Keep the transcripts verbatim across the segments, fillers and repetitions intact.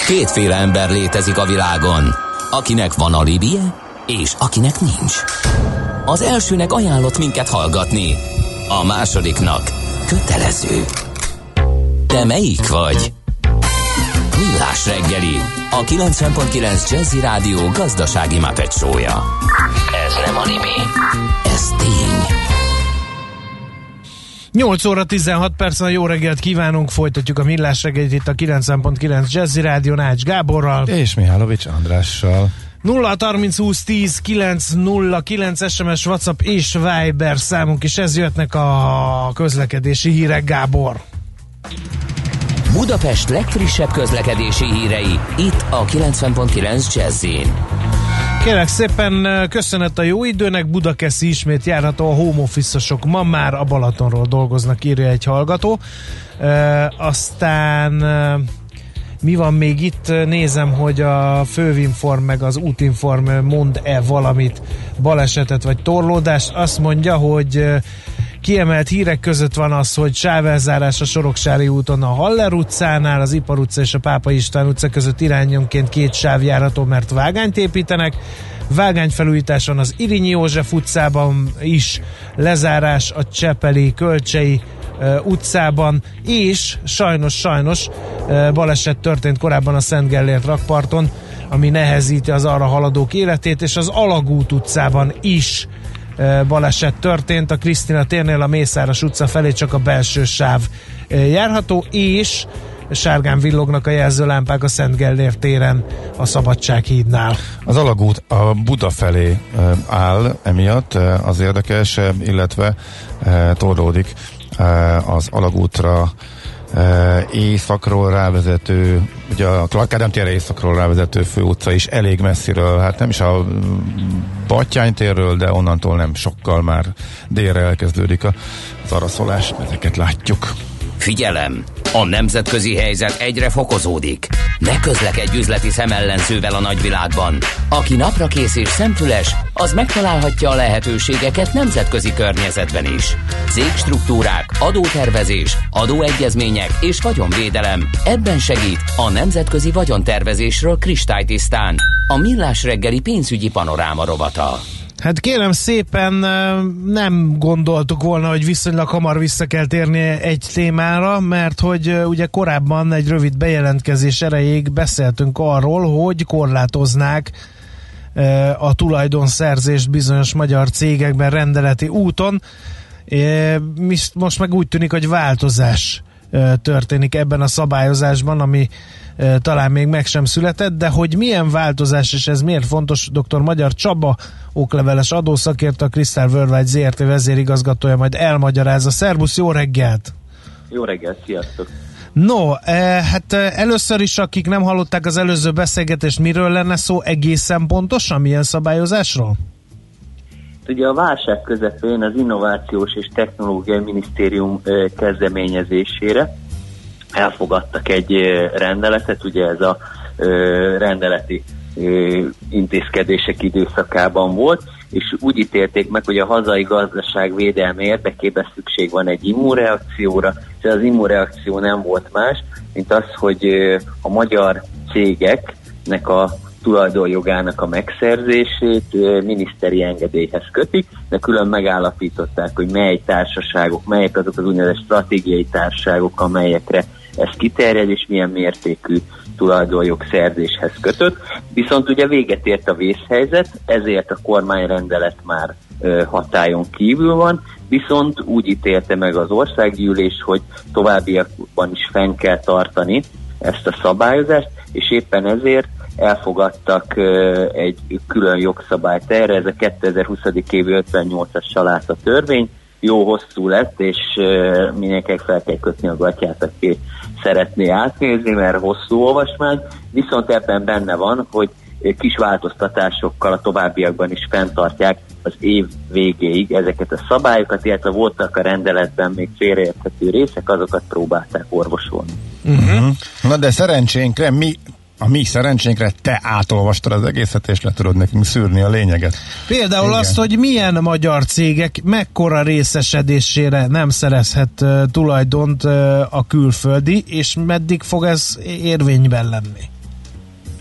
Kétféle ember létezik a világon, akinek van alibije, és akinek nincs. Az elsőnek ajánlott minket hallgatni, a másodiknak kötelező. Te melyik vagy? Millás reggeli, a kilencven pont kilenc Jazzy Rádió gazdasági Muppet show-ja. Ez nem anime, ez tény. nyolc óra tizenhat percen, jó reggelt kívánunk, folytatjuk a Millás reggelit itt a kilencven pont kilenc Jazzy Rádió Ács Gáborral és Mihálovics Andrással. Nulla harminc húsz tíz kilenc nulla kilenc es em es, WhatsApp és Viber számunk is, ez jöttnek a közlekedési hírek, Gábor. Budapest legfrissebb közlekedési hírei, itt a kilencven pont kilenc Jazzyn. Kérlek szépen, köszönet a jó időnek, Budakeszi ismét járható, a home office-osok ma már a Balatonról dolgoznak, írja egy hallgató. E, aztán e, mi van még itt? Nézem, hogy a Fővinform meg az Útinform mond-e valamit, balesetet vagy torlódást. Azt mondja, hogy e, kiemelt hírek között van az, hogy sávelzárás a Soroksári úton a Haller utcánál, az Ipar utca és a Pápai István utca között irányonként két sáv járható, mert vágányt építenek. Vágányfelújításon az Irinyi József utcában is, lezárás a Csepeli Kölcsei uh, utcában, és sajnos, sajnos uh, baleset történt korábban a Szent Gellért rakparton, ami nehezíti az arra haladók életét, és az Alagút utcában is baleset történt, a Krisztina térnél a Mészáros utca felé csak a belső sáv járható, és sárgán villognak a jelzőlámpák a Szent Gellért téren a Szabadsághídnál. Az Alagút a Buda felé áll emiatt, az érdekes, illetve torlódik az Alagútra északról rávezető, ugye a Clark Ádám térre északról rávezető főutca is elég messziről, hát nem is a Battyány térről, de onnantól nem sokkal már délre elkezdődik az araszolás, ezeket látjuk. Figyelem! A nemzetközi helyzet egyre fokozódik. Ne közlekedj üzleti szemellenzővel a nagyvilágban. Aki naprakész és szemfüles, az megtalálhatja a lehetőségeket nemzetközi környezetben is. Cégstruktúrák, adótervezés, adóegyezmények és vagyonvédelem. Ebben segít a nemzetközi vagyontervezésről kristálytisztán a Millás reggeli pénzügyi panoráma rovata. Hát kérem szépen, nem gondoltuk volna, hogy viszonylag hamar vissza kell térni egy témára, mert hogy ugye korábban egy rövid bejelentkezés erejéig beszéltünk arról, hogy korlátoznák a tulajdonszerzést bizonyos magyar cégekben rendeleti úton. Most meg úgy tűnik, hogy változás történik ebben a szabályozásban, ami talán még meg sem született, de hogy milyen változás, és ez miért fontos, dr. Magyar Csaba, okleveles adószakértő, a Crystal Worldwide zé er té vezérigazgatója majd elmagyarázza. Szerbusz, jó reggelt! Jó reggelt, sziasztok! No, eh, hát először is, akik nem hallották az előző beszélgetést, miről lenne szó egészen pontosan, milyen szabályozásról? Ugye a válság közepén az Innovációs és Technológiai Minisztérium kezdeményezésére elfogadtak egy rendeletet, ugye ez a rendeleti intézkedések időszakában volt, és úgy ítélték meg, hogy a hazai gazdaság védelme érdekében szükség van egy immunreakcióra, és az immunreakció nem volt más, mint az, hogy a magyar cégeknek a tulajdonjogának a megszerzését miniszteri engedélyhez kötik, de külön megállapították, hogy mely társaságok, melyek azok az úgynevezett stratégiai társaságok, amelyekre ez kiterjed, és milyen mértékű tulajdonjog szerzéshez kötött. Viszont ugye véget ért a vészhelyzet, ezért a kormányrendelet már hatályon kívül van, viszont úgy ítélte meg az országgyűlés, hogy továbbiakban is fenn kell tartani ezt a szabályozást, és éppen ezért elfogadtak uh, egy külön jogszabályt erre, ez a kétezer-huszadik évi ötvennyolcas saláta törvény, jó hosszú lett, és uh, mindenkinek fel kell kötni a gatyát, aki szeretné átnézni, mert hosszú olvasmány, viszont ebben benne van, hogy kis változtatásokkal a továbbiakban is fenntartják az év végéig ezeket a szabályokat, illetve voltak a rendeletben még félreérthető részek, azokat próbálták orvosolni. Uh-huh. Na de szerencsénkre mi A mi szerencsénkre te átolvastad az egészet, és le tudod nekünk szűrni a lényeget. Például Igen. azt, hogy milyen magyar cégek mekkora részesedésére nem szerezhet uh, tulajdont uh, a külföldi, és meddig fog ez érvényben lenni?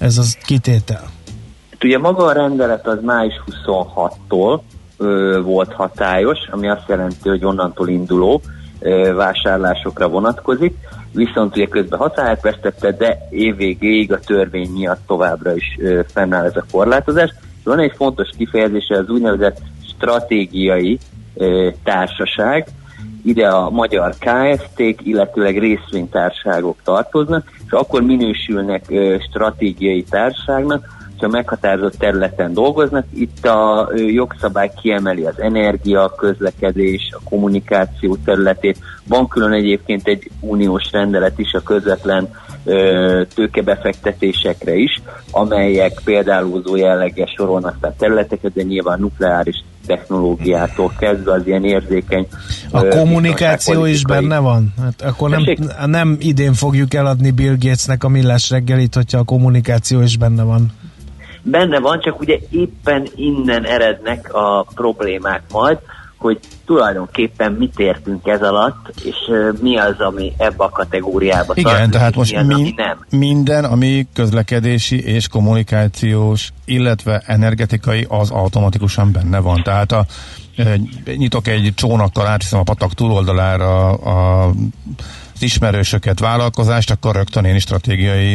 ez az kitétel? Ugye maga a rendelet az május huszonhatodikától ö, volt hatályos, ami azt jelenti, hogy onnantól induló ö, vásárlásokra vonatkozik, viszont ugye közben hatályát vesztette, de évvégéig a törvény miatt továbbra is ö, fennáll ez a korlátozás. Van egy fontos kifejezése, az úgynevezett stratégiai ö, társaság, ide a magyar ká ef té-k, illetőleg részvénytársaságok tartoznak, és akkor minősülnek ö, stratégiai társaságnak, ha meghatározott területen dolgoznak. Itt a ö, jogszabály kiemeli az energia, a közlekedés, a kommunikáció területét. Van külön egyébként egy uniós rendelet is a közvetlen ö, tőkebefektetésekre is, amelyek példálózó jelleggel sorolnak fel területeket, de nyilván nukleáris technológiától kezdve az ilyen érzékeny. A kommunikáció is benne van? Hát akkor nem, nem idén fogjuk eladni Bill Gatesnek a Millás reggelit, hogyha a kommunikáció is benne van. Benne van, csak ugye éppen innen erednek a problémák majd, hogy tulajdonképpen mit értünk ez alatt, és uh, mi az, ami ebbe a kategóriába igen, tartozik, tehát most az, mi, ami nem. Minden, ami közlekedési és kommunikációs, illetve energetikai, az automatikusan benne van. Tehát a, e, nyitok egy csónakkal, átviszem a patak túloldalára a, az ismerősöket, vállalkozást, akkor rögtön én is stratégiai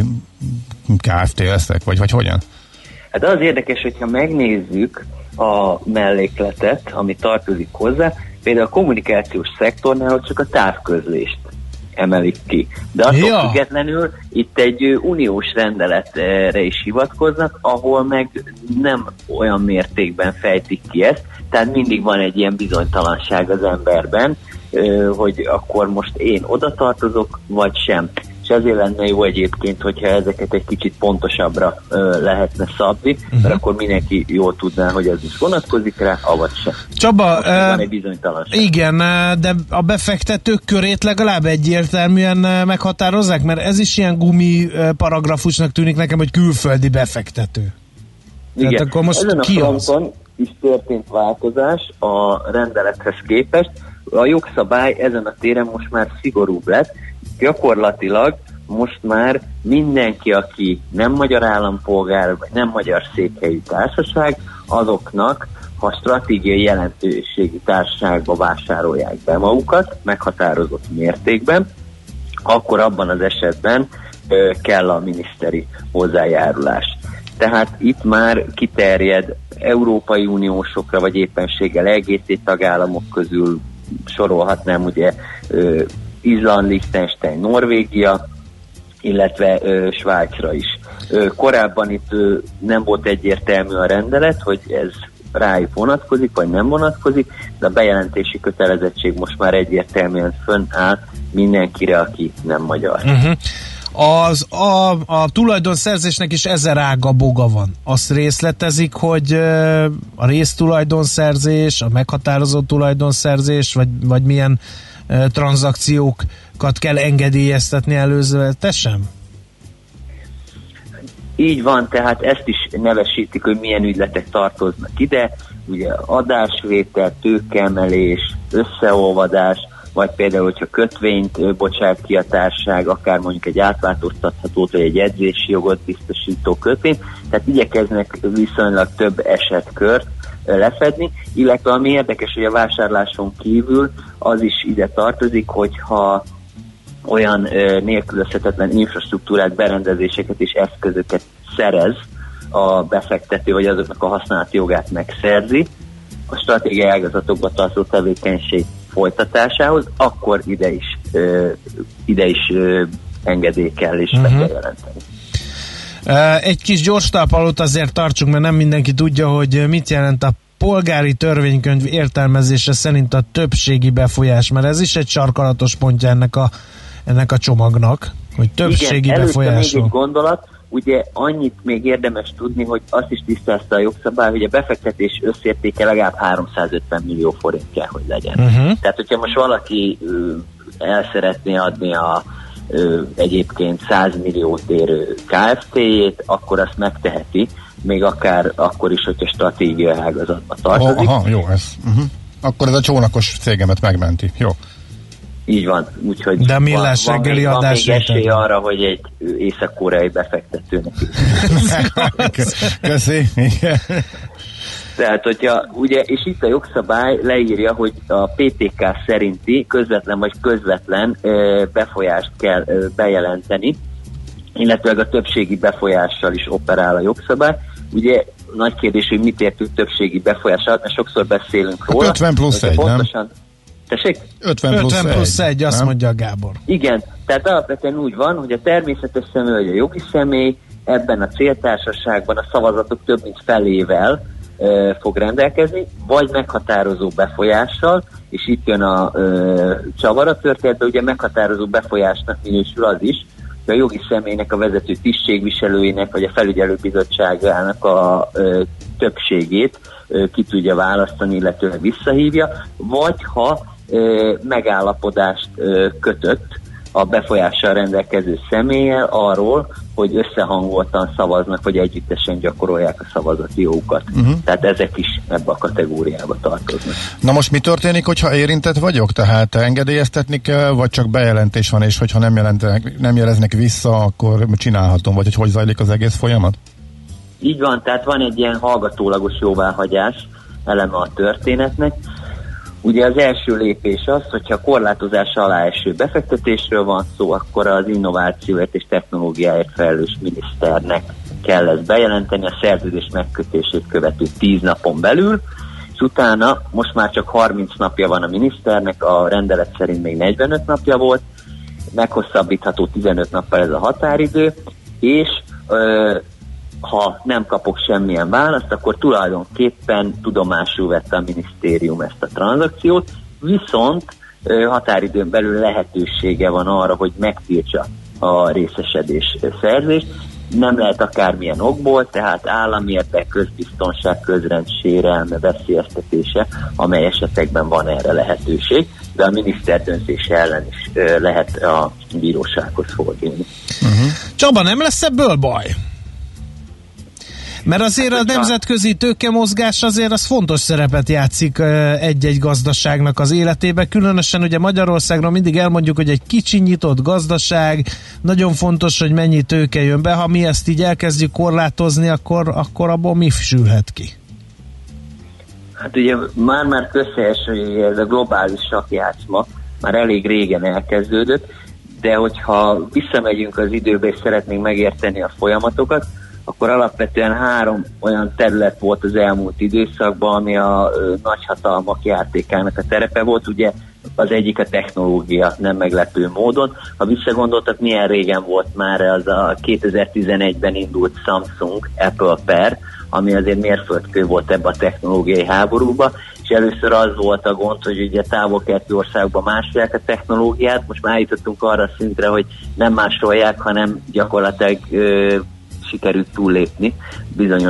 ká ef té leszek, vagy, vagy hogyan? Hát az érdekes, hogyha megnézzük a mellékletet, ami tartozik hozzá, például a kommunikációs szektornál ott csak a távközlést emelik ki. De attól ja. függetlenül itt egy uniós rendeletre is hivatkoznak, ahol meg nem olyan mértékben fejtik ki ezt, tehát mindig van egy ilyen bizonytalanság az emberben, hogy akkor most én oda tartozok, vagy sem. És ezért lenne jó egyébként, hogyha ezeket egy kicsit pontosabbra ö, lehetne szabni, uh-huh. mert akkor mindenki jól tudná, hogy ez is vonatkozik rá, avagy sem. Csaba, uh, van egy bizonytalanság. Igen, de a befektetők körét legalább egyértelműen meghatározzák, mert ez is ilyen gumi paragrafusnak tűnik nekem, hogy külföldi befektető. Igen, tehát akkor most ezen ki a fronton is történt változás a rendelethez képest. A jogszabály ezen a téren most már szigorúbb lett. Gyakorlatilag most már mindenki, aki nem magyar állampolgár, vagy nem magyar székhelyű társaság, azoknak, ha stratégiai jelentőségi társaságba vásárolják be magukat, meghatározott mértékben, akkor abban az esetben ö, kell a miniszteri hozzájárulás. Tehát itt már kiterjed Európai Uniósokra, vagy éppenséggel é gé té tagállamok közül sorolhatnám ugye ö, Izland, Liechtenstein, Norvégia, illetve ö, Svájcra is. Ö, korábban itt ö, nem volt egyértelmű a rendelet, hogy ez rájuk vonatkozik, vagy nem vonatkozik, de a bejelentési kötelezettség most már egyértelműen fönnáll mindenkire, aki nem magyar. Uh-huh. Az, a, a tulajdonszerzésnek is ezer ága boga van. Azt részletezik, hogy a résztulajdonszerzés, a meghatározott tulajdonszerzés, vagy, vagy milyen tranzakciókat kell engedélyeztetni előzetesen? Így van, tehát ezt is nevesítik, hogy milyen ügyletek tartoznak ide, ugye adásvétel, tőkeemelés, összeolvadás, vagy például, hogyha kötvényt bocsát ki a társaság, akár mondjuk egy átváltoztathatót, vagy egy jegyzési jogot biztosító kötvényt, tehát igyekeznek viszonylag több esetkört lefedni, illetve ami érdekes, hogy a vásárláson kívül az is ide tartozik, hogyha olyan ö, nélkülözhetetlen infrastruktúrát, berendezéseket és eszközöket szerez a befektető, vagy azoknak a használati jogát megszerzi a stratégiai ágazatokba tartó tevékenység folytatásához, akkor ide is, ö, ide is ö, engedély kell és uh-huh. be kell jelenteni. Egy kis gyors talpalót azért tartsunk, mert nem mindenki tudja, hogy mit jelent a polgári törvénykönyv értelmezése szerint a többségi befolyás, mert ez is egy sarkalatos pontja ennek a, ennek a csomagnak, hogy többségi igen, befolyás. Még egy gondolat, ugye annyit még érdemes tudni, hogy azt is tisztázta a jogszabály, hogy a befektetés összértéke legalább háromszázötven millió forint kell, hogy legyen. Uh-huh. Tehát, hogyha most valaki ö, el szeretné adni a ö, egyébként száz milliót érő ká ef té-jét, akkor azt megteheti, még akár akkor is, hogyha stratégiai ágazatba tartozik. Aha, jó, ez. Uh-huh. Akkor ez a csónakos cégemet megmenti. Jó. Így van, úgyhogy de a millás van, reggeli van, adás van még esély arra, hogy egy észak-koreai befektetőnek. Köszi. Tehát, hogyha, ugye, és itt a jogszabály leírja, hogy a pé té ká szerinti közvetlen vagy közvetlen befolyást kell bejelenteni, illetve a többségi befolyással is operál a jogszabály. Ugye nagy kérdés, hogy mit értünk többségi befolyással, mert sokszor beszélünk róla. ötven plusz egy, pontosan, nem? Tessék? ötven plusz, ötven plusz egy, azt nem? mondja Gábor. Igen, tehát alapvetően úgy van, hogy a természetes személy vagy a jogi személy ebben a céltársaságban a szavazatok több mint felével e, fog rendelkezni, vagy meghatározó befolyással, és itt jön a e, csavar a történetben, ugye meghatározó befolyásnak minősül az is, hogy a jogi személynek, a vezető tisztségviselőinek, vagy a felügyelőbizottságának a e, többségét e, ki tudja választani, illetőleg visszahívja, vagy ha megállapodást kötött a befolyással rendelkező személlyel arról, hogy összehangoltan szavaznak, vagy együttesen gyakorolják a szavazati jogukat. Uh-huh. Tehát ezek is ebbe a kategóriába tartoznak. Na most mi történik, hogyha érintett vagyok? Tehát engedélyeztetni kell, vagy csak bejelentés van, és hogyha nem, jelentenek, nem jeleznek vissza, akkor csinálhatom, vagy hogy hogy zajlik az egész folyamat? Így van, tehát van egy ilyen hallgatólagos jóváhagyás eleme a történetnek. Ugye az első lépés az, hogyha korlátozás alá eső befektetésről van szó, akkor az innovációért és technológiáért felelős miniszternek kell ezt bejelenteni a szerződés megkötését követő tíz napon belül, és utána most már csak harminc napja van a miniszternek, a rendelet szerint még negyvenöt napja volt, meghosszabbítható tizenöt nappal ez a határidő, és ö, ha nem kapok semmilyen választ, akkor tulajdonképpen tudomásul vette a minisztérium ezt a tranzakciót, viszont határidőn belül lehetősége van arra, hogy megtiltsa a részesedés szerzést. Nem lehet akármilyen okból, tehát állami érdek, közbiztonság, közrend sérelme, veszélyeztetése, amely esetekben van erre lehetőség, de a miniszter döntése ellen is lehet a bírósághoz fordulni. Uh-huh. Csaba, nem lesz ebből baj? Mert azért a nemzetközi tőkemozgás azért az fontos szerepet játszik egy-egy gazdaságnak az életébe, különösen ugye Magyarországról mindig elmondjuk, hogy egy kicsi nyitott gazdaság, nagyon fontos, hogy mennyi tőke jön be, ha mi ezt így elkezdjük korlátozni, akkor, akkor abból mi sülhet ki? Hát ugye már-már közhelyes, hogy ez a globális sakkjátszma már elég régen elkezdődött, de hogyha visszamegyünk az időbe és szeretnénk megérteni a folyamatokat, akkor alapvetően három olyan terület volt az elmúlt időszakban, ami a ö, nagyhatalmak játékának a terepe volt. Ugye az egyik a technológia, nem meglepő módon. Ha visszagondoltak, milyen régen volt már az a kétezer-tizenegyben indult Samsung Apple per, ami azért mérföldkő volt ebbe a technológiai háborúba, és először az volt a gond, hogy ugye távol-keleti országban másolják a technológiát, most már eljutottunk arra a szintre, hogy nem másolják, hanem gyakorlatilag ö, sikerült túllépni bizonyos,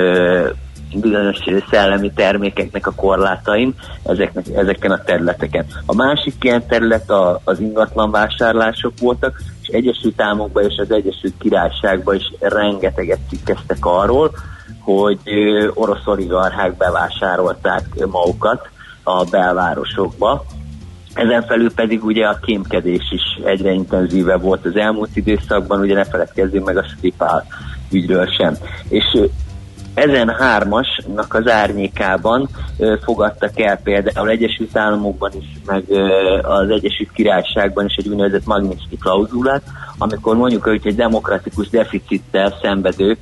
bizonyos szellemi termékeknek a korlátain ezeknek, ezeken a területeken. A másik ilyen terület a, az ingatlan vásárlások voltak, és Egyesült Államokban és az Egyesült Királyságban is rengeteget cikkeztek arról, hogy orosz oligarchák bevásárolták magukat a belvárosokba. Ezen felül pedig ugye a kémkedés is egyre intenzívebb volt az elmúlt időszakban, ugye ne feledkezzünk meg a Skripal ügyről sem. És ezen hármasnak az árnyékában fogadtak el például Egyesült Államokban is, meg az Egyesült Királyságban is egy úgynevezett Magnitsky klauzulát, amikor mondjuk, hogy egy demokratikus deficittel szenvedő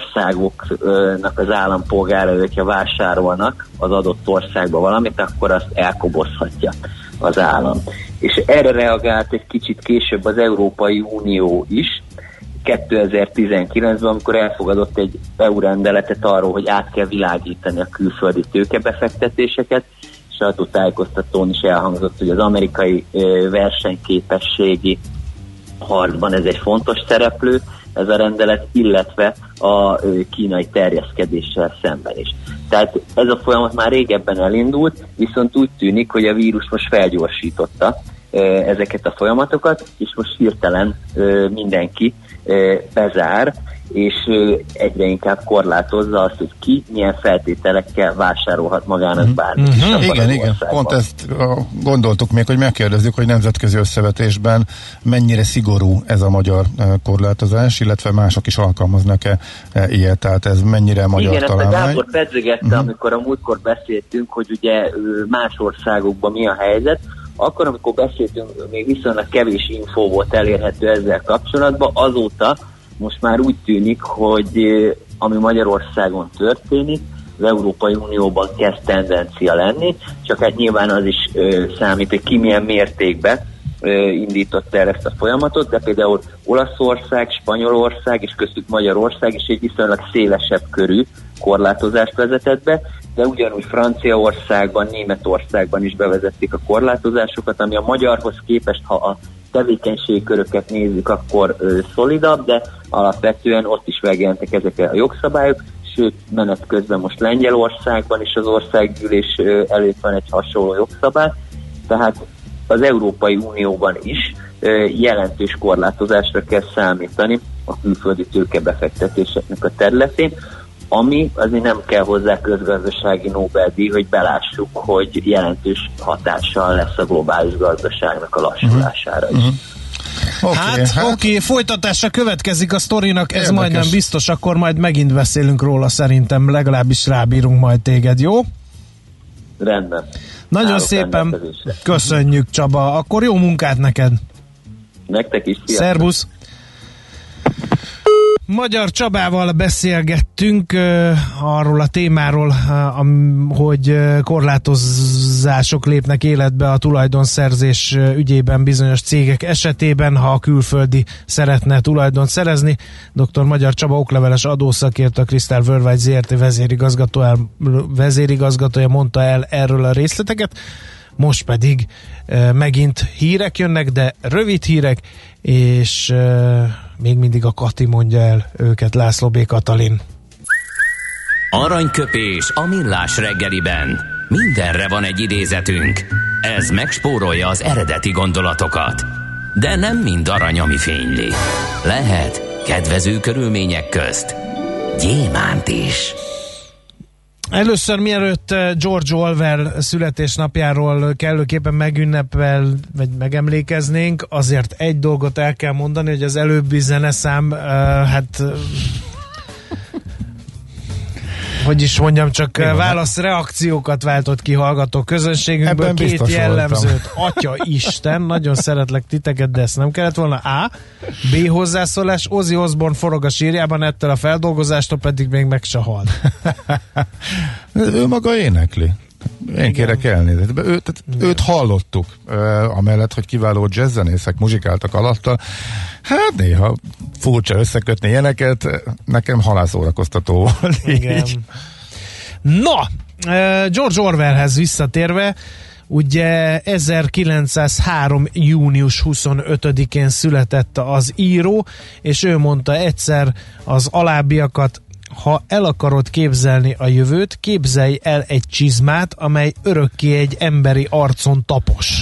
országoknak az állampolgárai, hogyha vásárolnak az adott országba valamit, akkor azt elkobozhatja az állam. És erre reagált egy kicsit később az Európai Unió is, kétezer-tizenkilencben, amikor elfogadott egy é u-rendeletet arról, hogy át kell világítani a külföldi tőkebefektetéseket, és sajtótájékoztatón is elhangzott, hogy az amerikai versenyképességi harcban ez egy fontos szereplő, ez a rendelet, illetve a kínai terjeszkedéssel szemben is. Tehát ez a folyamat már régebben elindult, viszont úgy tűnik, hogy a vírus most felgyorsította ezeket a folyamatokat, és most hirtelen mindenki bezár, és egyre inkább korlátozza azt, hogy ki milyen feltételekkel vásárolhat magának bármit. Uh-huh. Igen, igen. Pont ezt gondoltuk még, hogy megkérdezzük, hogy nemzetközi összevetésben mennyire szigorú ez a magyar korlátozás, illetve mások is alkalmaznak-e ilyet, tehát ez mennyire magyar igen, találmány. Igen, ezt a Gábor pedzegette, uh-huh. amikor a múltkor beszéltünk, hogy ugye más országokban mi a helyzet, akkor, amikor beszéltünk, még viszonylag kevés infó volt elérhető ezzel kapcsolatban, azóta most már úgy tűnik, hogy ami Magyarországon történik, az Európai Unióban kezd tendencia lenni, csak hát nyilván az is ö, számít, hogy ki milyen mértékben ö, indította el ezt a folyamatot, de például Olaszország, Spanyolország és köztük Magyarország is egy viszonylag szélesebb körű korlátozást vezetett be, de ugyanúgy Franciaországban, Németországban is bevezették a korlátozásokat, ami a magyarhoz képest, ha a tevékenységköröket nézzük, akkor ö, szolidabb, de alapvetően ott is megjelentek ezek a jogszabályok, sőt, menet közben most Lengyelországban is az országgyűlés ö, előtt van egy hasonló jogszabály, tehát az Európai Unióban is ö, jelentős korlátozásra kell számítani a külföldi tőkebefektetéseknek a területén, ami azért nem kell hozzá közgazdasági Nobel-díj, hogy belássuk, hogy jelentős hatással lesz a globális gazdaságnak a lassulására is. Uh-huh. Okay, hát, hát oké, okay, folytatása következik a sztorinak, ez érdekes. Majdnem biztos, akkor majd megint beszélünk róla, szerintem legalábbis rábírunk majd téged, jó? Rendben. Nagyon Állok szépen köszönjük, Csaba, akkor jó munkát neked! Nektek is, szia! Szervusz! Magyar Csabával beszélgettünk uh, arról a témáról, uh, am, hogy uh, korlátozások lépnek életbe a tulajdonszerzés uh, ügyében bizonyos cégek esetében, ha a külföldi szeretne tulajdont szerezni. doktor Magyar Csaba okleveles adószakértő, a Crystal Worldwide zé er té vezérigazgatója, vezérigazgatója mondta el erről a részleteket. Most pedig uh, megint hírek jönnek, de rövid hírek, és uh, még mindig a Kati mondja el őket, László B. Katalin. Aranyköpés a millás reggeliben. Mindenre van egy idézetünk. Ez megspórolja az eredeti gondolatokat. De nem mind arany, ami fényli. Lehet kedvező körülmények közt gyémánt is. Először, mielőtt George Orwell születésnapjáról kellőképpen megünnepel, vagy megemlékeznénk, azért egy dolgot el kell mondani, hogy az előbbi zeneszám, uh, hát uh, hogy is mondjam, csak uh, válaszreakciókat váltott ki hallgató közönségünkből. Ebben két jellemzőt. Voltam. Atya Isten, nagyon szeretlek titeket, de ezt nem kellett volna. A. B. hozzászólás. Ozzy Osbourne forog a sírjában, ettől a feldolgozástól pedig még meg se hal. Ő maga énekli. Én igen. Kérek elnézést. Ő, tehát őt hallottuk, uh, amellett, hogy kiváló jazzzenészek muzsikáltak alatta. Hát néha furcsa összekötni ilyeneket, nekem halászórakoztató volt. Igen. Na, George Orwellhez visszatérve, ugye ezerkilencszázhárom. június huszonötödikén született az író, és ő mondta egyszer az alábbiakat: ha el akarod képzelni a jövőt, képzelj el egy csizmát, amely örökké egy emberi arcon tapos.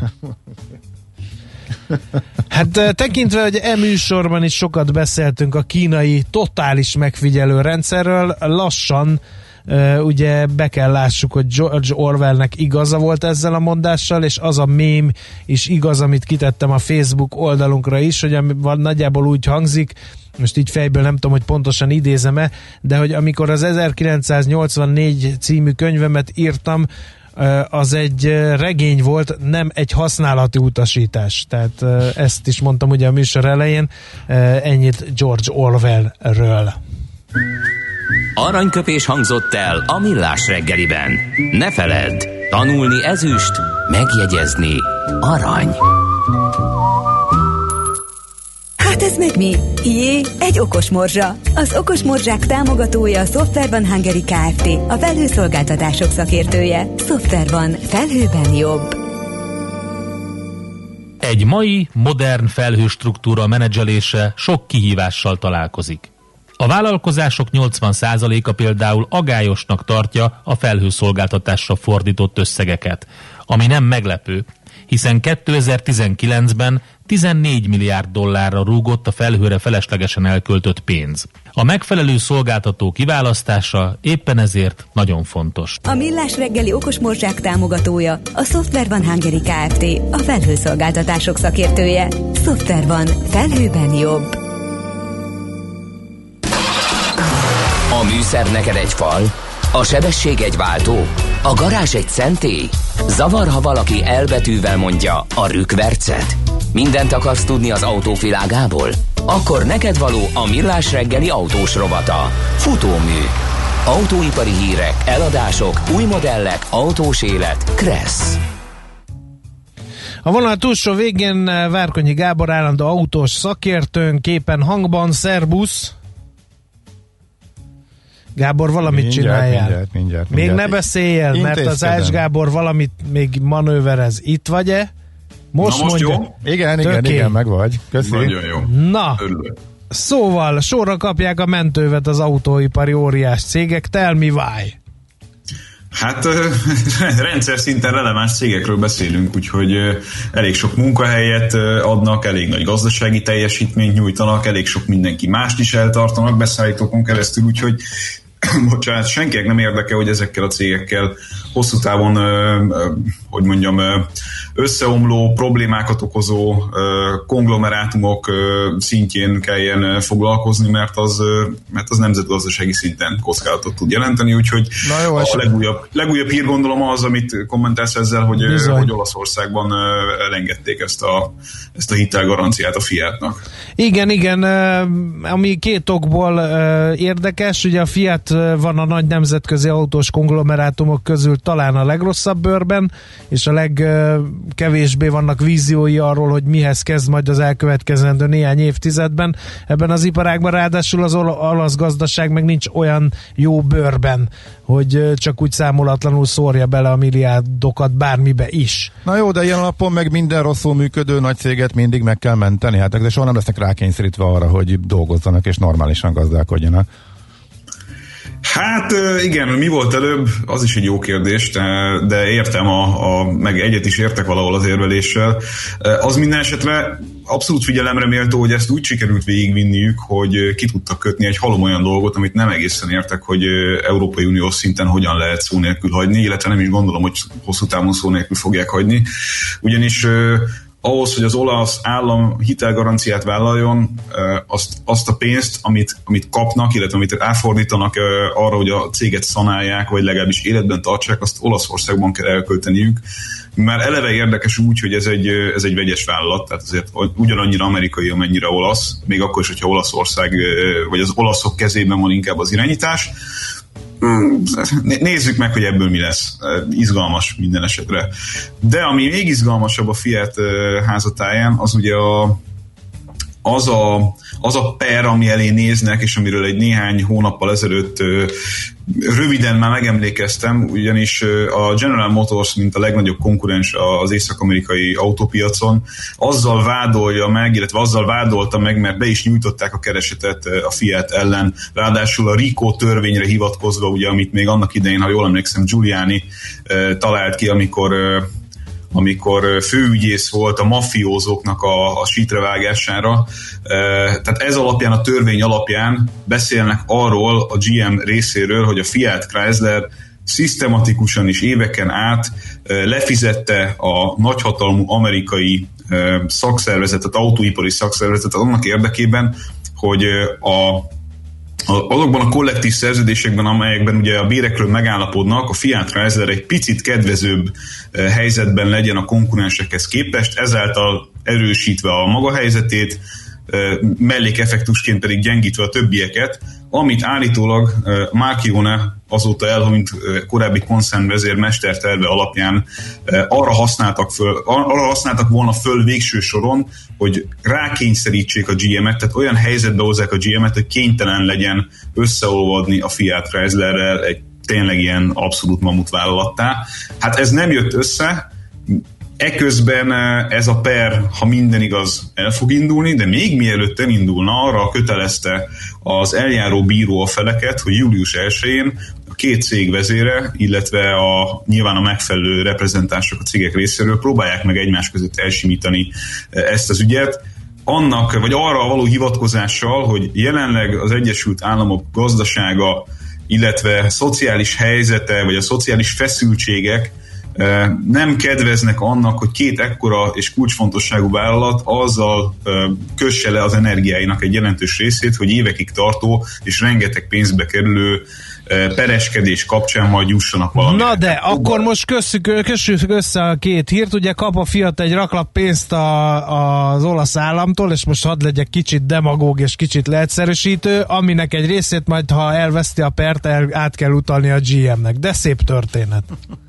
Hát tekintve, hogy e műsorban is sokat beszéltünk a kínai totális megfigyelő rendszerről, lassan uh, ugye be kell lássuk, hogy George Orwellnek igaza volt ezzel a mondással, és az a mém is igaz, amit kitettem a Facebook oldalunkra is, hogy van, nagyjából úgy hangzik, most így fejből nem tudom, hogy pontosan idézem-e, de hogy amikor az ezerkilencszáznyolcvannégy című könyvemet írtam, az egy regény volt, nem egy használati utasítás. Tehát ezt is mondtam ugye a műsor elején. Ennyit George Orwellről. Aranyköpés hangzott el a millás reggeliben. Ne feledd, tanulni ezüst, megjegyezni arany. Hát ez meg mi? Jé, egy okos morzsa. Az okos morzsák támogatója a Software One Hungary Kft. A felhőszolgáltatások szakértője. Software One. Felhőben jobb. Egy mai, modern felhőstruktúra menedzselése sok kihívással találkozik. A vállalkozások nyolcvan százaléka például agályosnak tartja a felhőszolgáltatásra fordított összegeket, ami nem meglepő, hiszen kétezer-tizenkilencben tizennégy milliárd dollárra rúgott a felhőre feleslegesen elköltött pénz. A megfelelő szolgáltató kiválasztása éppen ezért nagyon fontos. A Millás reggeli okos morzsák támogatója a Software van Hungary Kft. A felhőszolgáltatások szakértője. Software van. Felhőben jobb. A műszer neked egy fal, a sebesség egy váltó, a garázs egy szentély. Zavar, ha valaki elbetűvel mondja a rükvercet. Mindent akarsz tudni az autóvilágából? Akkor neked való a Millás reggeli autós rovata. Futómű. Autóipari hírek, eladások, új modellek, autós élet. Kressz. A vonal túlsó végén Várkonyi Gábor állandó autós szakértőnk, képen hangban. Szerbusz! Gábor, valamit mindjárt, csináljál. Mindjárt, mindjárt, még mindjárt. ne beszéljél, mert az Ács Gábor valamit még manőverez. Itt vagy-e? Most, Na most mondja. jó? Igen, igen, Töké. igen, meg vagy. Köszi. Nagyon jó. Na, Örülök. szóval sorra kapják a mentővet az autóipari óriás cégek. Tell me why. Hát rendszer szinten releváns cégekről beszélünk, úgyhogy elég sok munkahelyet adnak, elég nagy gazdasági teljesítményt nyújtanak, elég sok mindenki mást is eltartanak beszállítókon keresztül, úgyhogy bocsánat, senkinek nem érdekel, hogy ezekkel a cégekkel hosszú távon, hogy mondjam, összeomló, problémákat okozó konglomerátumok szintjén kelljen foglalkozni, mert az, mert az nemzetgazdasági szinten kockázatot tud jelenteni, úgyhogy jó, a legújabb, legújabb hír gondolom az, amit kommentálsz ezzel, hogy, hogy Olaszországban elengedték ezt a, ezt a hitelgaranciát a Fiatnak. Igen, igen, ami két okból érdekes, ugye a Fiat van a nagy nemzetközi autós konglomerátumok közül talán a legrosszabb bőrben, és a legkevésbé vannak víziói arról, hogy mihez kezd majd az elkövetkezendő néhány évtizedben ebben az iparágban, ráadásul az olasz gazdaság meg nincs olyan jó bőrben, hogy csak úgy számolatlanul szórja bele a milliárdokat bármibe is. Na jó, de ilyen alapon meg minden rosszul működő nagy céget mindig meg kell menteni, hát ezek soha nem lesznek rákényszerítve arra, hogy dolgozzanak és normálisan gazdálkodjanak. Hát igen, mi volt előbb, az is egy jó kérdés, de, de értem, a, a, meg egyet is értek valahol az érveléssel. Az minden esetre abszolút figyelemre méltó, hogy ezt úgy sikerült végigvinniük, hogy ki tudtak kötni egy halom olyan dolgot, amit nem egészen értek, hogy Európai Uniós szinten hogyan lehet szó nélkül hagyni, illetve nem is gondolom, hogy hosszú távon szó nélkül fogják hagyni. Ugyanis ahhoz, hogy az olasz állam hitelgaranciát vállaljon, azt, azt a pénzt, amit, amit kapnak, illetve amit ráfordítanak arra, hogy a céget szanálják, vagy legalábbis életben tartsák, azt Olaszországban kell elkölteniük. Már eleve érdekes úgy, hogy ez egy, ez egy vegyes vállalat, tehát azért ugyanannyira amerikai, amennyire olasz, még akkor is, hogyha Olaszország, vagy az olaszok kezében van inkább az irányítás. Nézzük meg, hogy ebből mi lesz. Izgalmas minden esetre. De ami még izgalmasabb a Fiat házatáján, az ugye a, az, a, az a per, ami elé néznek, és amiről egy néhány hónappal ezelőtt röviden már megemlékeztem, ugyanis a General Motors, mint a legnagyobb konkurens az észak-amerikai autópiacon, azzal vádolja meg, illetve azzal vádolta meg, mert be is nyújtották a keresetet a Fiat ellen, ráadásul a RICO törvényre hivatkozva, ugye, amit még annak idején, ha jól emlékszem, Giuliani talált ki, amikor amikor főügyész volt a mafiózóknak a, a sítrevágására. Tehát ez alapján, a törvény alapján beszélnek arról a gé em részéről, hogy a Fiat Chrysler szisztematikusan és éveken át lefizette a nagyhatalmú amerikai szakszervezetet, autóipari szakszervezetet annak érdekében, hogy a azokban a kollektív szerződésekben, amelyekben ugye a bérekről megállapodnak, a Fiat Chrysler egy picit kedvezőbb helyzetben legyen a konkurensekhez képest, ezáltal erősítve a maga helyzetét, mellékeffektusként pedig gyengítve a többieket, amit állítólag Marchione azóta elhunyt korábbi koncernvezér mesterterve alapján arra használtak, föl, arra használtak volna föl végső soron, hogy rákényszerítsék a gé em-et, tehát olyan helyzetbe hozzák a gé em-et, hogy kénytelen legyen összeolvadni a Fiat Chryslerrel egy tényleg ilyen abszolút mamutvállalattá. Hát ez nem jött össze, eközben ez a per, ha minden igaz, el fog indulni, de még mielőtt elindulna, arra kötelezte az eljáró bíró a feleket, hogy július elsején a két cég vezére, illetve a, nyilván a megfelelő reprezentások a cégek részéről próbálják meg egymás között elsimítani ezt az ügyet, annak, vagy arra való hivatkozással, hogy jelenleg az Egyesült Államok gazdasága, illetve szociális helyzete, vagy a szociális feszültségek nem kedveznek annak, hogy két ekkora és kulcsfontosságú vállalat azzal kösse le az energiáinak egy jelentős részét, hogy évekig tartó és rengeteg pénzbe kerülő pereskedés kapcsán majd jussanak valamire. Na de, akkor most kössük, kössük össze a két hírt, ugye kap a Fiat egy raklap pénzt a, az olasz államtól, és most hadd legyek kicsit demagóg és kicsit leegyszerűsítő, aminek egy részét majd, ha elveszti a pert, el, át kell utalni a gé em-nek, de szép történet.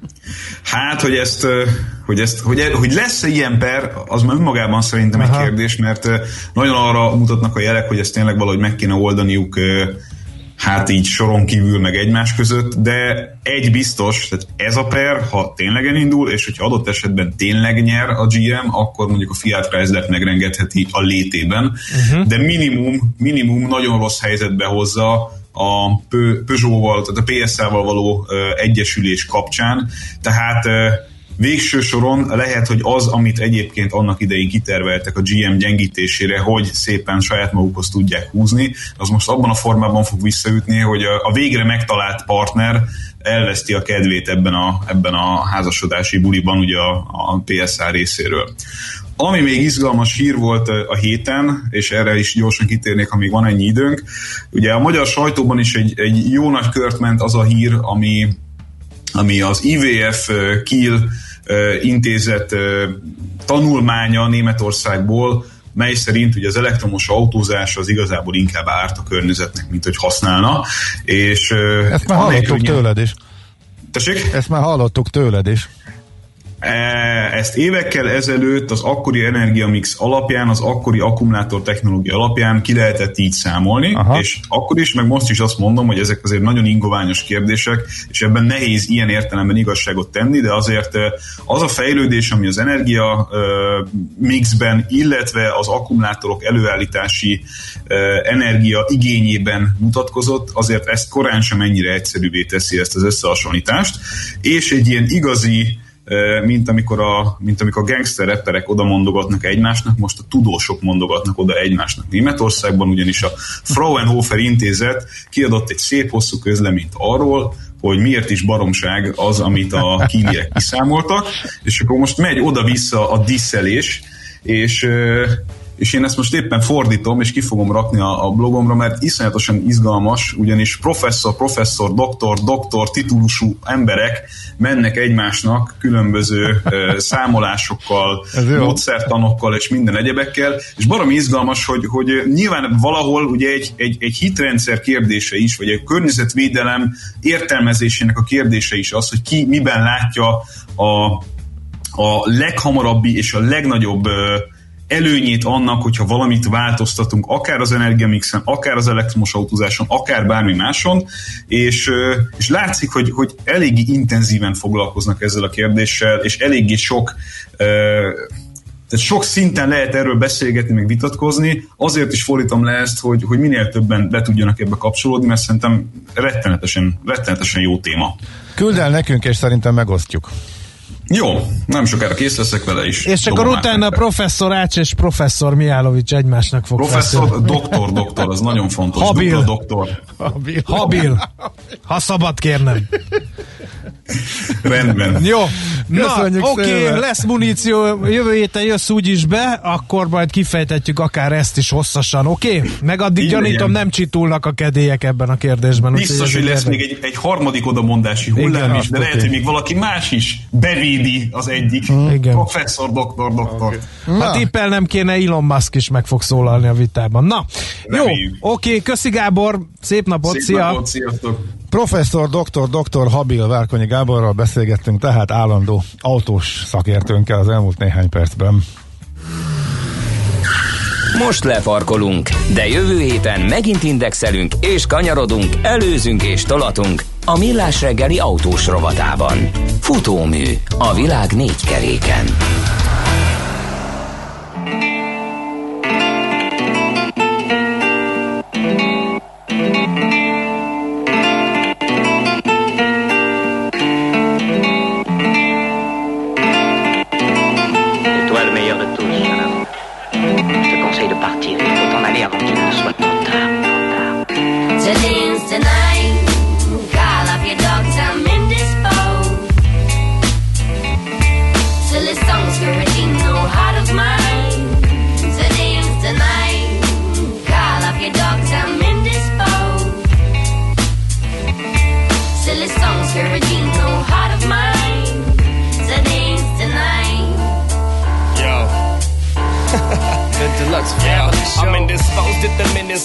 Hát, hogy ezt, hogy, ezt, hogy, hogy lesz-e ilyen per, az már önmagában szerintem Aha. egy kérdés, mert nagyon arra mutatnak a jelek, hogy ezt tényleg valahogy meg kéne oldaniuk, hát így soron kívül meg egymás között, de egy biztos, tehát ez a per, ha tényleg elindul, és hogyha adott esetben tényleg nyer a gé em, akkor mondjuk a Fiat Chrysler megrengetheti a létében, uh-huh. de minimum, minimum nagyon rossz helyzetbe hozza a Peugeot-val, tehát a pé es á-val való uh, egyesülés kapcsán, tehát uh, végső soron lehet, hogy az, amit egyébként annak idején kiterveltek a gé em gyengítésére, hogy szépen saját magukhoz tudják húzni, az most abban a formában fog visszaütni, hogy a, a végre megtalált partner elveszti a kedvét ebben a, ebben a házasodási buliban ugye a, a pé es á részéről. Ami még izgalmas hír volt a héten, és erre is gyorsan kitérnék, ha még van ennyi időnk, ugye a magyar sajtóban is egy, egy jó nagy kört ment az a hír, ami, ami az i vé ef Kiel intézet tanulmánya Németországból, mely szerint ugye az elektromos autózás az igazából inkább árt a környezetnek, mint hogy használna. És ezt már hallottuk tőled is. Tessék? Ezt már hallottuk tőled is. Ezt évekkel ezelőtt az akkori energiamix alapján, az akkori akkumulátor technológia alapján ki lehetett így számolni, Aha. és akkor is, meg most is azt mondom, hogy ezek azért nagyon ingoványos kérdések, és ebben nehéz ilyen értelemben igazságot tenni, de azért az a fejlődés, ami az energia mixben, illetve az akkumulátorok előállítási energia igényében mutatkozott, azért ezt korán sem ennyire egyszerűvé teszi ezt az összehasonlítást, és egy ilyen igazi mint amikor a, mint amikor a gangster rapperek oda mondogatnak egymásnak, most a tudósok mondogatnak oda egymásnak Németországban, ugyanis a Fraunhofer intézet kiadott egy szép hosszú közleményt arról, hogy miért is baromság az, amit a kíliek kiszámoltak, és akkor most megy oda-vissza a disszelés, és és én ezt most éppen fordítom, és ki fogom rakni a, a blogomra, mert iszonyatosan izgalmas, ugyanis professzor, professzor, doktor, doktor titulusú emberek mennek egymásnak különböző uh, számolásokkal, módszertanokkal és minden egyebekkel, és baromi izgalmas, hogy, hogy nyilván valahol ugye egy, egy, egy hitrendszer kérdése is, vagy egy környezetvédelem értelmezésének a kérdése is az, hogy ki miben látja a, a leghamarabbi és a legnagyobb uh, előnyét annak, hogyha valamit változtatunk, akár az energiamixen, akár az elektromos autózáson, akár bármi máson, és, és látszik, hogy, hogy eléggé intenzíven foglalkoznak ezzel a kérdéssel, és eléggé sok, tehát sok szinten lehet erről beszélgetni, meg vitatkozni, azért is fordítom le ezt, hogy, hogy minél többen be tudjanak ebbe kapcsolódni, mert szerintem rettenetesen, rettenetesen jó téma. Küld el nekünk, és szerintem megosztjuk. Jó, nem sokára kész leszek vele is. És akkor utána a professzor Ács és professzor Mihálovics egymásnak fog Professzor, feszülni. doktor, doktor, az nagyon fontos. Habil. Dupla doktor. Habil. Habil. Ha szabad kérnem. Rendben. Jó, na oké, okay, lesz muníció, jövő héten jössz úgyis be, akkor majd kifejtetjük akár ezt is hosszasan, oké? Okay? Meg addig így gyanítom legyen. Nem csitulnak a kedélyek ebben a kérdésben. Biztos, hogy lesz még egy, egy harmadik odamondási hullám is, de okay. lehet, hogy még valaki más is bevédi az egyik. Igen. Professzor, doktor, doktor. Okay. Ha tippelnem kéne, Elon Musk is meg fog szólalni a vitában. Na, reméljük. Jó, oké, okay, köszi Gábor, szép napot, szép szia! Napot, sziasztok! Professzor, doktor, doktor Habil Várkonyi Gáborral beszélgettünk, tehát állandó autós szakértőnkkel az elmúlt néhány percben. Most lefarkolunk, de jövő héten megint indexelünk és kanyarodunk, előzünk és tolatunk a Millás reggeli autós rovatában. Futómű a világ négy keréken.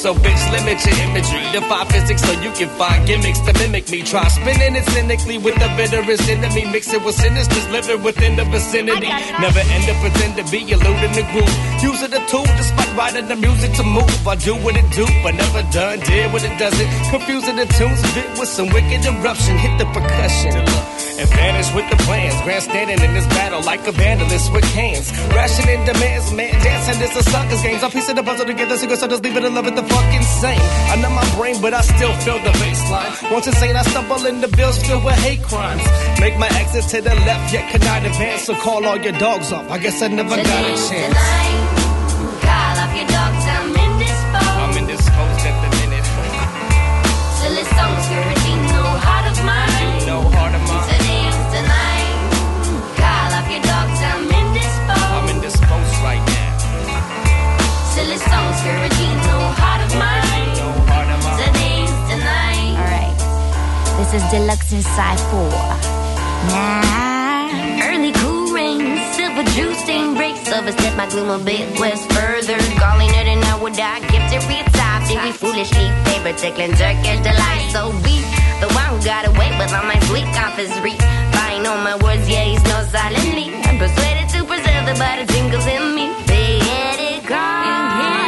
So bitch, limit your imagery. Defy physics so you can find gimmicks to mimic me. Try spinning it cynically with the bitterest enemy. Mix it with sinisters living within the vicinity. Never end up pretend to be eluding the groove. Using the tool despite writing the music to move. I do what it do, but never done. Did what it doesn't. Confusing the tunes, bit with some wicked eruption. Hit the percussion and vanish with the plans. Grandstanding in this battle like a vandalist with cans. Rationing demands, man, dancing this a sucker's games. I piece of the puzzle together, so I just leave it and love it the fucking same. I know my brain, but I still feel the baseline. Once insane, I stumble in the bills filled with hate crimes. Make my exit to the left, yet cannot advance. So call all your dogs off. I guess I never Today, got a chance. Tonight, call off your dogs. I'm indisposed. I'm indisposed at the minute. Silly songs, you're a no heart of mine. No heart of mine. Today, tonight, call off your dogs. I'm indisposed. I'm indisposed right now. Silly songs, you're a no heart of mine. No heart of mine. Today, tonight. Alright, this is Deluxe Inside four. Nah. Early cool rain, silver juice stain breaks. Overstep my gloom a bit west further. Calling it an hour, I give to real time. See, we foolishly favor tickling Turkish delight. So be the one who got away with all my sweet confiserie. Buying on my words, yeah, he's no silently. I'm persuaded to preserve the body tingles in me. They had it gone.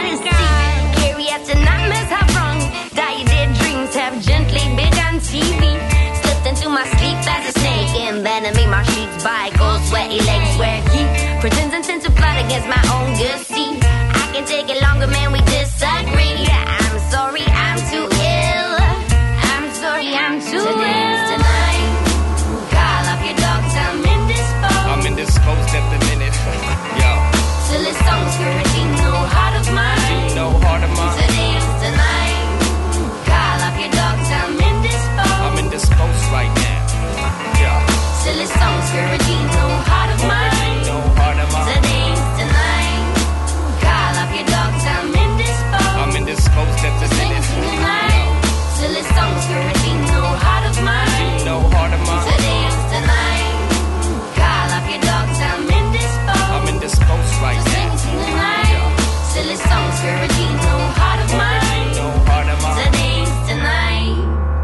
Carry out your nightmares, how wrong. Die your dead dreams, have gently begun T V. Into my sleep as a snake, and then I made my sheets by cold sweaty legs where he pretends intent to plot against my own good seed. I can take it longer, man, we disagree. I'm sorry, I'm too ill. I'm sorry, I'm too Today's ill. Tonight, call off your dogs, I'm indisposed. I'm indisposed at the minute. Yo. Silly songs, you're no heart of mine. No heart of mine. Today's tonight, call off your dogs, I'm indisposed. I'm indisposed right now. Yeah. Silly songs, you're a no heart of mine. No heart of mine. Today's tonight. Call off your dogs, I'm indisposed. I'm indisposed at the minute. Tonight. Silly songs, you're a no heart of mine. No heart of mine. Today's tonight. Call off your dogs, I'm indisposed. I'm indisposed right now. Tonight. Silly songs, you're a no heart of mine. No heart of mine. Today's tonight.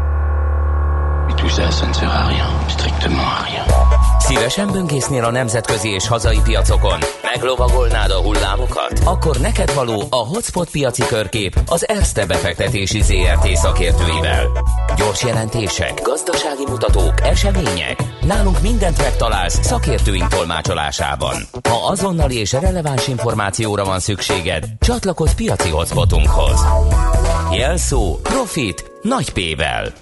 Tout ça, ça ne sert à rien, strictement à rien. Szívesen böngésznél a nemzetközi és hazai piacokon? Meglovagolnád a hullámokat? Akkor neked való a Hotspot piaci körkép az Erste befektetési zé er té szakértőivel. Gyors jelentések, gazdasági mutatók, események. Nálunk mindent megtalálsz szakértőink tolmácsolásában. Ha azonnali és releváns információra van szükséged, csatlakozz piaci hotspotunkhoz. Jelszó Profit nagy P-vel.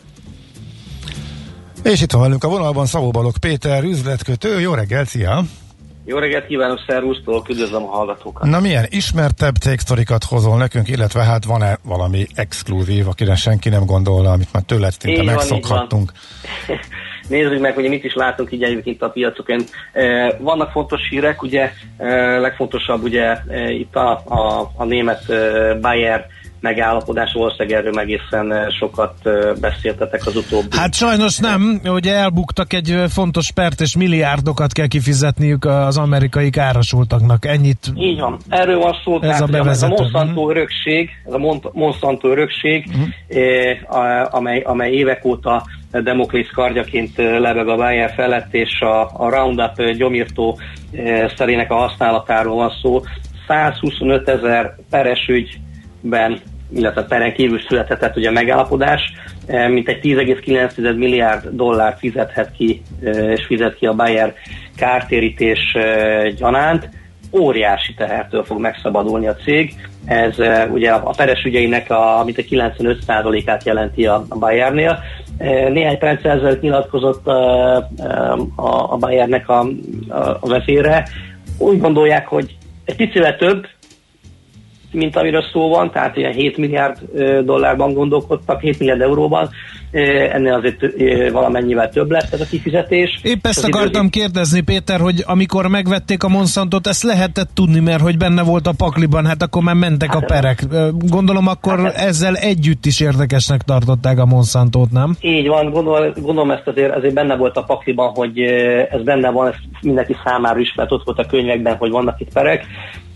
És itt van velünk a vonalban Szabó Balogh Péter, üzletkötő. Jó reggelt, szia! Jó reggelt kívánok, szervusztól, üdvözlöm a hallgatókat! Na milyen ismertebb cégsztorikat hozol nekünk, illetve hát van-e valami exkluzív, akire senki nem gondolna, amit már tőled szinte megszokhattunk? Nézzük meg, hogy mit is látunk így egyébként a piacokon. Vannak fontos hírek, ugye legfontosabb ugye itt a, a, a német Bayer megállapodás, valószínűleg erről egészen sokat beszéltetek az utóbbi. Hát sajnos nem, ugye elbuktak egy fontos pert, és milliárdokat kell kifizetniük az amerikai károsultaknak. Ennyit. Így van. Erről van szó. Ez tehát, a bevezető. Ez a Monsanto örökség, ez a Monsanto örökség, uh-huh. eh, amely, amely évek óta Damoklész kardjaként lebeg a Bayer felett, és a, a Roundup gyomírtó eh, szerének a használatáról van szó. százhuszonöt ezer peres ügyben, illetve peren kívül születhetett ugye a megállapodás, mint egy tíz egész kilenc milliárd dollár fizethet ki, és fizet ki a Bayer kártérítés gyanánt. Óriási tehertől fog megszabadulni a cég. Ez ugye a peres ügyeinek a, mint a kilencvenöt százalékát jelenti a, a Bayernél. Néhány perc ezelőtt nyilatkozott a, a, a Bayernek a, a vezére. Úgy gondolják, hogy egy picivel több, mint amiről szó van, tehát ilyen hét milliárd dollárban gondolkodtak, hét milliárd euróban, ennél azért valamennyivel több lett ez a kifizetés. Épp ezt akartam idő... kérdezni, Péter, hogy amikor megvették a Monsantot, ezt lehetett tudni, mert hogy benne volt a pakliban, hát akkor már mentek hát a perek. Gondolom akkor hát ezzel együtt is érdekesnek tartották a Monsantót, nem? Így van, gondolom, gondolom ezt azért, azért benne volt a pakliban, hogy ez benne van, ez mindenki számára ismert, ott volt a könyvekben, hogy vannak itt perek.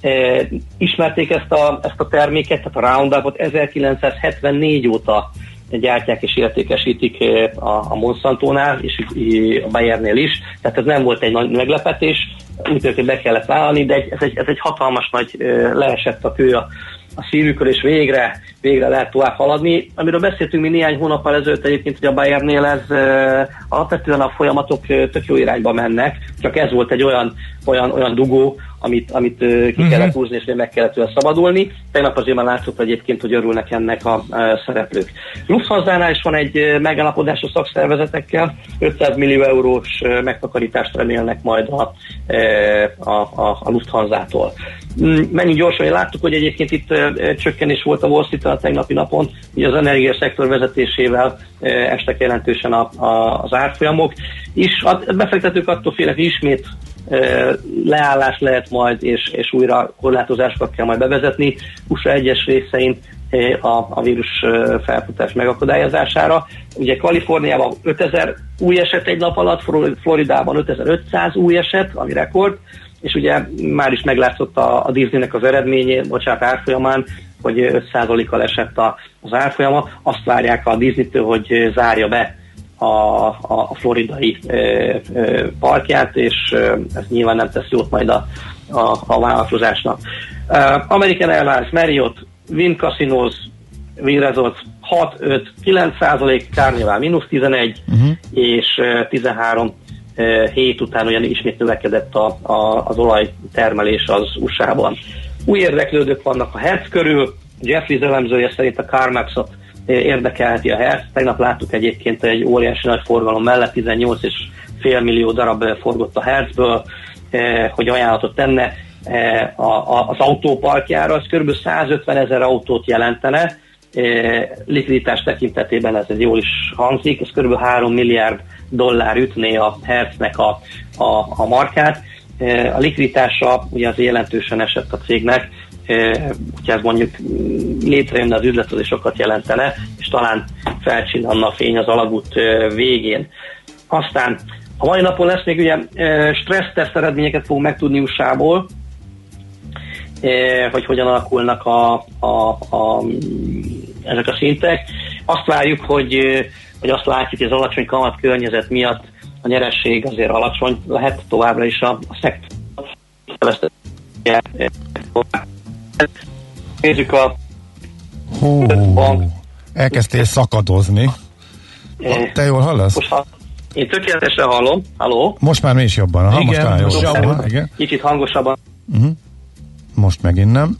ismerték ezt a, ezt a terméket, tehát a Roundupot ezerkilencszázhetvennégy óta gyártják és értékesítik a, a Monsantónál és a Bayernél is, tehát ez nem volt egy nagy meglepetés, úgy tűnik, hogy be kellett vállalni, de ez egy, ez egy hatalmas nagy leesett a kő a, a szívükről, és végre, végre lehet tovább haladni. Amiről beszéltünk mi néhány hónappal ezelőtt egyébként, hogy a Bayernél ez e, alapvetően a folyamatok tök jó irányba mennek, csak ez volt egy olyan, olyan, olyan dugó, amit, amit ki uh-huh. kellett húzni, és meg kellett tőle szabadulni. Tegnap azért már látszott egyébként, hogy örülnek ennek a, a szereplők. Lufthansa-nál is van egy megállapodás a szakszervezetekkel, ötszáz millió eurós megtakarítást remélnek majd a, a, a, a Lufthansa-tól. Menjünk gyorsan, hogy láttuk, hogy egyébként itt csökkenés volt a Wall Street-en a tegnapi napon, ugye az energiaszektor vezetésével estek jelentősen a, a, az árfolyamok, és a befektetők attól félek, hogy ismét leállás lehet majd, és, és újra korlátozásokat kell majd bevezetni u es á egyes részein a, a vírus felfutás megakadályozására. Ugye Kaliforniában ötezer új eset egy nap alatt, Floridában ötezer-ötszáz új eset, ami rekord, és ugye már is meglátszott a, a Disneynek az eredményé, bocsánat, árfolyamán, hogy öt százalékkal esett a, az árfolyama. Azt várják a Disney-től, hogy zárja be a, a, a floridai ö, ö, parkját, és ö, ez nyilván nem tesz jót majd a, a, a vállalkozásnak. Uh, American Airlines, Marriott, Wynn Casinos, Wynn Resorts hat, öt, kilenc százalék, Carnival mínusz tizenegy, uh-huh. és uh, tizenhárom uh, hét után ugyan ismét növekedett a, a, az olajtermelés az u es á-ban. Új érdeklődők vannak a Hertz körül, Jeffries elemzője szerint a CarMax-ot érdekelheti a Hertz. Tegnap láttuk egyébként egy óriási nagy forgalom mellett, tizennyolc és fél millió darab forgott a Hertzből, hogy ajánlatot tenne az autóparkjára. Ez kb. százötven ezer autót jelentene. Likviditás tekintetében ez jól is hangzik, ez kb. három milliárd dollár ütné a Hertznek a, a, a markát. A likviditása ugye az jelentősen esett a cégnek, úgyhogy ez mondjuk létrejönne az üzlet, az is sokat jelentene, és talán felcsillanna a fény az alagút végén. Aztán a mai napon lesz még ugye stresszteszt eredményeket fogunk megtudni u es á-ból, hogy hogyan alakulnak a, a, a, ezek a szintek. Azt várjuk, hogy, hogy azt látjuk, hogy az alacsony kamat környezet miatt a nyeresség azért alacsony lehet továbbra is a, a szektor. Nézzük a Hú, elkezdtél szakadozni. Te jól hallasz? Most ha, én tökéletesen hallom. Halló? Most már mi is jobban. Aha, igen, most most jól. Aha, igen. Kicsit hangosabban. Uh-huh. Most megint nem.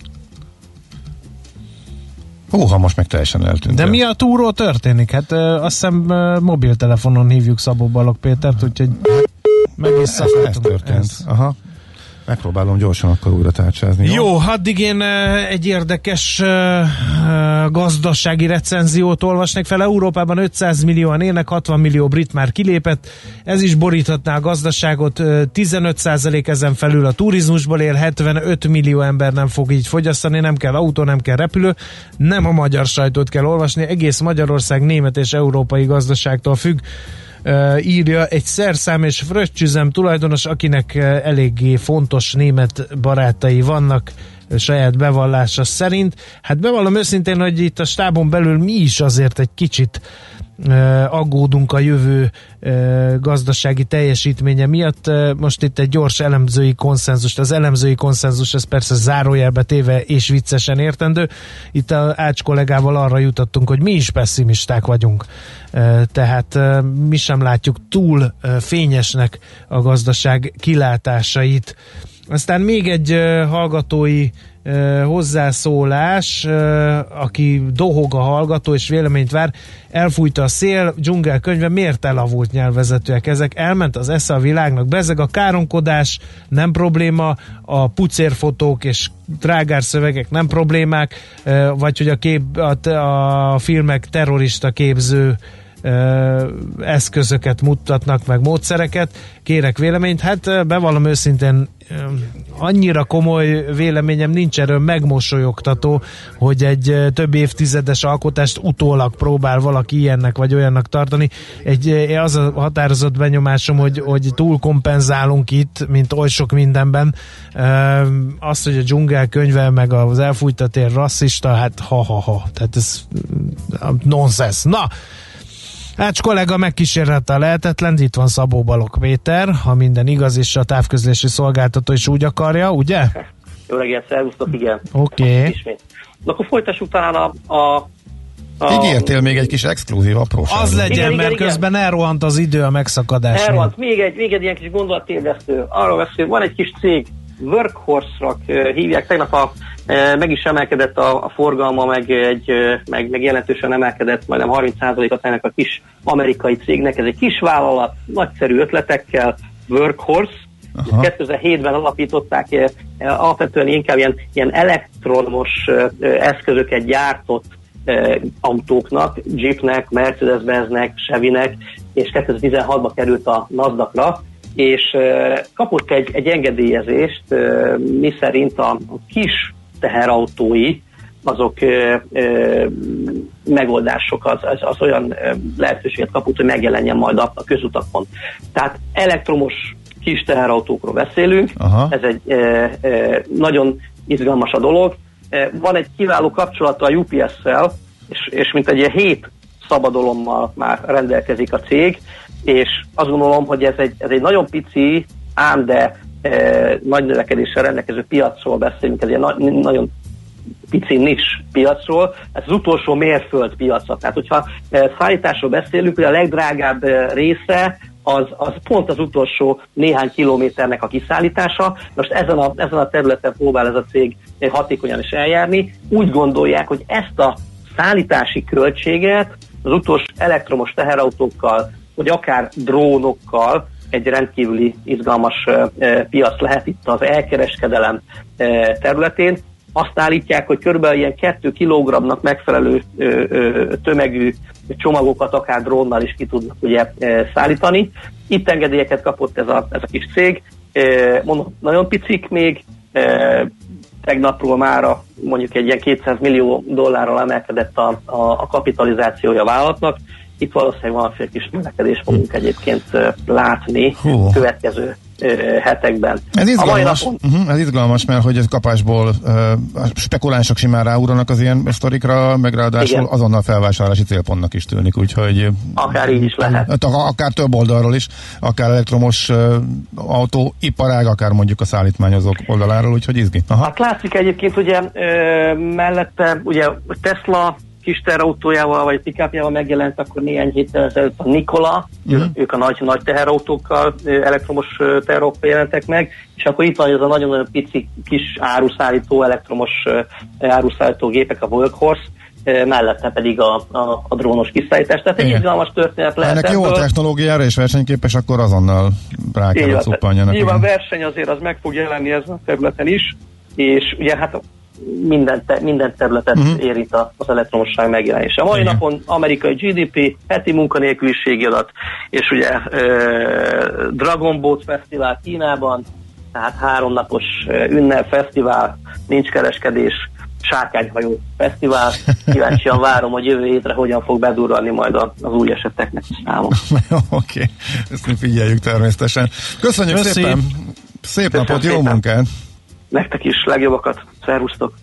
Húha, most meg teljesen eltűnt. De mi a túró történik? Hát ö, azt hiszem ö, mobiltelefonon hívjuk Szabó Balogh Pétert, úgyhogy meg is szakadtunk. Ez történt. Ez. Aha. Megpróbálom gyorsan akkor újra tárcsázni. Jó, jó addig én egy érdekes uh, gazdasági recenziót olvasnék fel. Európában ötszáz millióan élnek, hatvan millió brit már kilépett. Ez is boríthatná a gazdaságot. tizenöt százalék ezen felül a turizmusból él, hetvenöt millió ember nem fog így fogyasztani, nem kell autó, nem kell repülő. Nem a magyar sajtót kell olvasni, egész Magyarország német és európai gazdaságtól függ. Uh, írja egy szerszám és fröccsüzem tulajdonos, akinek uh, eléggé fontos német barátai vannak uh, saját bevallása szerint. Hát bevallom őszintén, hogy itt a stábon belül mi is azért egy kicsit uh, aggódunk a jövő uh, gazdasági teljesítménye miatt. Uh, most itt egy gyors elemzői konszenzus, az elemzői konszenzus, ez persze zárójelbe téve és viccesen értendő. Itt a Ács kollégával arra jutottunk, hogy mi is pessimisták vagyunk. Tehát mi sem látjuk túl fényesnek a gazdaság kilátásait. Aztán még egy hallgatói hozzászólás, aki dohog a hallgató és véleményt vár. Elfújta a szél, dzsungel könyve, miért elavult nyelvvezetőek ezek? Elment az esze a világnak, bezeg a káromkodás, nem probléma, a pucérfotók és trágárszövegek nem problémák, vagy hogy a, kép, a, a filmek terrorista képző ö, eszközöket mutatnak, meg módszereket. Kérek véleményt. Hát bevallom őszintén, ö, annyira komoly véleményem nincs erről, megmosolyogtató, hogy egy több évtizedes alkotást utólag próbál valaki ilyennek vagy olyannak tartani. Egy, az a határozott benyomásom, hogy, hogy túl kompenzálunk itt, mint oly sok mindenben. Azt, hogy a dzsungel könyve meg az elfújtatér rasszista, hát ha-ha-ha. Tehát ez nonsens. Na! Ács kollega megkísérlette a lehetetlen, itt van Szabó Balogh Péter, ha minden igaz, és a távközlési szolgáltató is úgy akarja, ugye? Jó reggelt, szervusztok, igen. Oké. Okay. Na akkor folytassuk talán a... a, a Ígértél még egy kis exkluzív apróság. Az legyen, igen, mert igen, közben igen. elrohant az idő a megszakadásnál. Elrohant. Még egy, még egy ilyen kis gondolatébresztő. Arról beszél, van egy kis cég, Workhorse-rak hívják, tegnap a, meg is emelkedett a, a forgalma, meg, egy, meg, meg jelentősen emelkedett, majdnem harminc százalékot ennek a kis amerikai cégnek. Ez egy kis vállalat, nagyszerű ötletekkel, Workhorse. kétezer-hétben alapították, alapvetően inkább ilyen, ilyen elektromos eszközöket gyártott autóknak, Jeepnek, Mercedes-Benznek, Chevynek, és kétezer-tizenhatban került a NASDAQ-ra, és kapott egy, egy engedélyezést, miszerint a, a kis teherautói, azok ö, ö, megoldások, az, az, az olyan lehetőséget kapott, hogy megjelenjen majd a, a közutakon. Tehát elektromos kis teherautókról beszélünk, aha. Ez egy ö, ö, nagyon izgalmas a dolog. Van egy kiváló kapcsolata a U P S-szel, és, és mint egy ilyen hét szabadalommal már rendelkezik a cég, és azt gondolom, hogy ez egy, ez egy nagyon pici, ám de e, nagy növekedéssel rendelkező piacról beszélünk, ez egy na, nagyon pici nis piacról, ez az utolsó mérföld piaca. Tehát, hogyha e, szállításról beszélünk, hogy a legdrágább e, része az, az pont az utolsó néhány kilométernek a kiszállítása. Most ezen a, ezen a területen próbál ez a cég hatékonyan is eljárni. Úgy gondolják, hogy ezt a szállítási költséget az utolsó elektromos teherautókkal, vagy akár drónokkal egy rendkívüli izgalmas uh, piac lehet itt az elkereskedelem uh, területén. Azt állítják, hogy körülbelül ilyen két kilogramnak megfelelő uh, uh, tömegű csomagokat akár drónnal is ki tudnak ugye uh, szállítani. Itt engedélyeket kapott ez a, ez a kis cég. Uh, mondom, nagyon picik még, uh, tegnapról mára mondjuk egy ilyen kétszáz millió dollárral emelkedett a, a, a kapitalizációja a vállalatnak. Itt valószínűleg valamiféle kis növekedés fogunk egyébként uh, látni Hú. következő uh, hetekben. Ez izgalmas, napon... uh-huh, ez izgalmas, mert hogy ez kapásból uh, spekulánsok simán ráúranak az ilyen sztorikra, meg ráadásul igen. azonnal felvásárlási célpontnak is tűnik, úgyhogy... Akár így is lehet. Akár több oldalról is, akár elektromos uh, autóiparág, akár mondjuk a szállítmányozók oldaláról, úgyhogy izgi. Aha. Hát látszik egyébként, ugye uh, mellette ugye Tesla kis teherautójával, vagy pick-upjával megjelent, akkor néhány héttel ezelőtt a Nikola, mm. ők a nagy, nagy teherautókkal, elektromos teherautókkal jelentek meg, és akkor itt van ez a nagyon-nagyon pici kis áruszállító, elektromos áruszállító gépek, a Workhorse, mellette pedig a, a, a drónos kiszállítás. Tehát egy izgalmas történet lehet. Ennek jó technológiára és versenyképes, akkor azonnal rá kell szuppanjanak. Nyilván a verseny azért az meg fog jelenni ezen a területen is, és ugye hát minden, te, minden területet uh-huh. érint az elektromosság megjelenése. A mai Igen. napon amerikai G D P, heti munkanélküliségi adat, és ugye e, Dragon Boat Fesztivál Kínában, tehát háromnapos ünnep fesztivál, nincs kereskedés, sárkányhajó fesztivál. Kíváncsian várom, hogy jövő hétre hogyan fog bedurrani majd az új eseteknek a számon. Oké, okay. Ezt mi figyeljük természetesen. Köszönjük Köszi. szépen! Szép Köszönöm napot, szépen. Jó munkát! Nektek is legjobbakat. Szervusztok!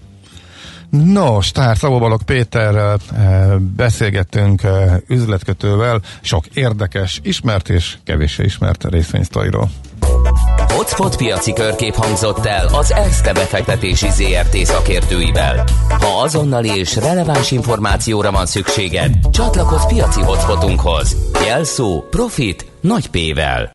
Nos, tehát Szabó Balogh Péterrel beszélgettünk üzletkötővel sok érdekes, ismert és kevéssé ismert részvénysztoriról. Hotspot piaci körkép hangzott el az Erste befektetési zé er té szakértőivel. Ha azonnali és releváns információra van szükséged, csatlakozz piaci hotspotunkhoz. Jelszó Profit nagy P-vel.